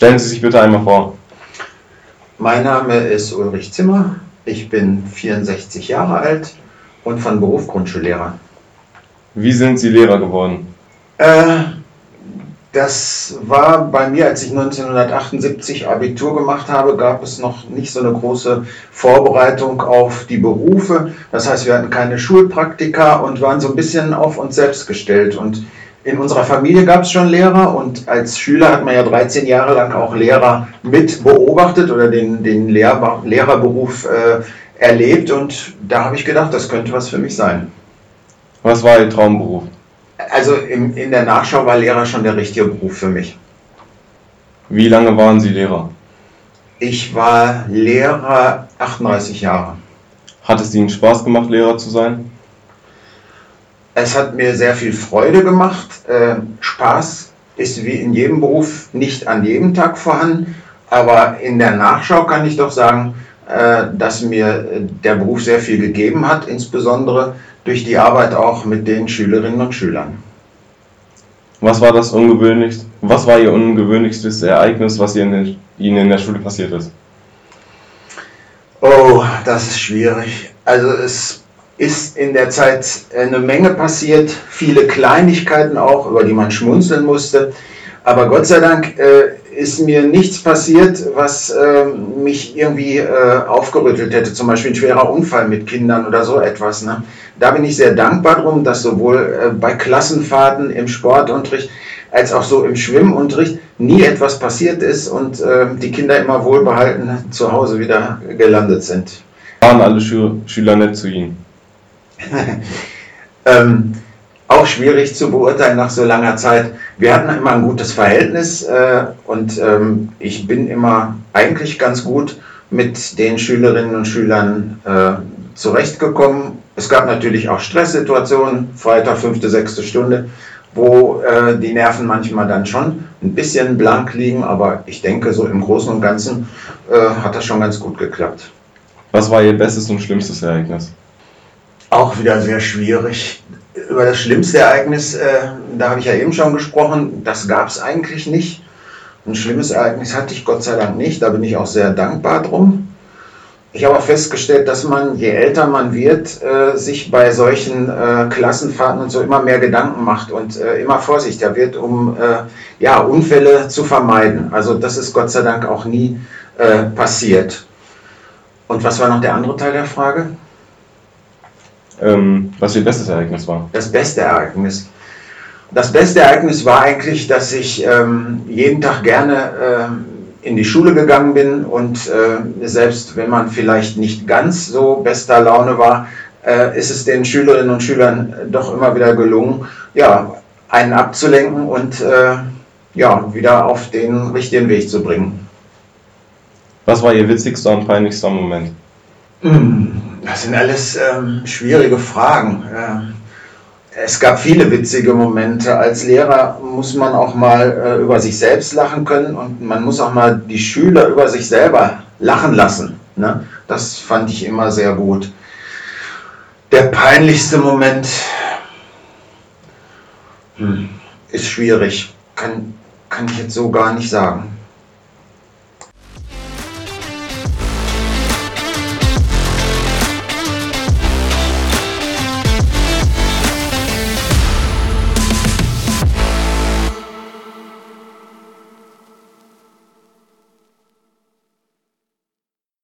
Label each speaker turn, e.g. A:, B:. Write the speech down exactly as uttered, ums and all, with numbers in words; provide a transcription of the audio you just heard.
A: Stellen Sie sich bitte einmal vor.
B: Mein Name ist Ulrich Zimmer, ich bin vierundsechzig Jahre alt und von Beruf Grundschullehrer.
A: Wie sind Sie Lehrer geworden?
B: Äh, das war bei mir, als ich neunzehnhundertachtundsiebzig Abitur gemacht habe, gab es noch nicht so eine große Vorbereitung auf die Berufe. Das heißt, wir hatten keine Schulpraktika und waren so ein bisschen auf uns selbst gestellt. Und in unserer Familie gab es schon Lehrer und als Schüler hat man ja dreizehn Jahre lang auch Lehrer mit beobachtet oder den, den Lehrer, Lehrerberuf äh, erlebt. Und da habe ich gedacht, das könnte was für mich sein.
A: Was war Ihr Traumberuf?
B: Also in, in der Nachschau war Lehrer schon der richtige Beruf für mich.
A: Wie lange waren Sie Lehrer?
B: Ich war Lehrer achtunddreißig Jahre.
A: Hat es Ihnen Spaß gemacht, Lehrer zu sein?
B: Es hat mir sehr viel Freude gemacht. Äh, Spaß ist wie in jedem Beruf nicht an jedem Tag vorhanden, aber in der Nachschau kann ich doch sagen, äh, dass mir der Beruf sehr viel gegeben hat, insbesondere durch die Arbeit auch mit den Schülerinnen und Schülern.
A: Was war das ungewöhnlichste, was war Ihr ungewöhnlichstes Ereignis, was Ihnen in der Schule passiert ist?
B: Oh, das ist schwierig. Also es ist in der Zeit eine Menge passiert, viele Kleinigkeiten auch, über die man schmunzeln musste. Aber Gott sei Dank äh, ist mir nichts passiert, was äh, mich irgendwie äh, aufgerüttelt hätte. Zum Beispiel ein schwerer Unfall mit Kindern oder so etwas. Ne? Da bin ich sehr dankbar drum, dass sowohl äh, bei Klassenfahrten im Sportunterricht als auch so im Schwimmunterricht nie etwas passiert ist und äh, die Kinder immer wohlbehalten zu Hause wieder gelandet sind.
A: Waren alle Schü- Schüler nett zu Ihnen?
B: ähm, auch schwierig zu beurteilen nach so langer Zeit. Wir hatten immer ein gutes Verhältnis äh, und ähm, ich bin immer eigentlich ganz gut mit den Schülerinnen und Schülern äh, zurechtgekommen. Es gab natürlich auch Stresssituationen, Freitag, fünfte, sechste Stunde, wo äh, die Nerven manchmal dann schon ein bisschen blank liegen, aber ich denke, so im Großen und Ganzen äh, hat das schon ganz gut geklappt.
A: Was war Ihr bestes und schlimmstes Ereignis?
B: Auch wieder sehr schwierig. Über das schlimmste Ereignis, äh, da habe ich ja eben schon gesprochen, das gab es eigentlich nicht. Ein schlimmes Ereignis hatte ich Gott sei Dank nicht, da bin ich auch sehr dankbar drum. Ich habe auch festgestellt, dass man, je älter man wird, äh, sich bei solchen äh, Klassenfahrten und so immer mehr Gedanken macht und äh, immer vorsichtiger wird, um äh, ja, Unfälle zu vermeiden. Also das ist Gott sei Dank auch nie äh, passiert. Und was war noch der andere Teil der Frage?
A: Ähm, was Ihr bestes Ereignis war?
B: Das beste Ereignis. Das beste Ereignis war eigentlich, dass ich ähm, jeden Tag gerne ähm, in die Schule gegangen bin und äh, selbst wenn man vielleicht nicht ganz so bester Laune war, äh, ist es den Schülerinnen und Schülern doch immer wieder gelungen, ja, einen abzulenken und äh, ja, wieder auf den richtigen Weg zu bringen.
A: Was war Ihr witzigster und peinlichster Moment?
B: Das sind alles ähm, schwierige Fragen. Ähm, es gab viele witzige Momente. Als Lehrer muss man auch mal äh, über sich selbst lachen können und man muss auch mal die Schüler über sich selber lachen lassen. Ne? Das fand ich immer sehr gut. Der peinlichste Moment hm, ist schwierig. Kann, kann ich jetzt so gar nicht sagen.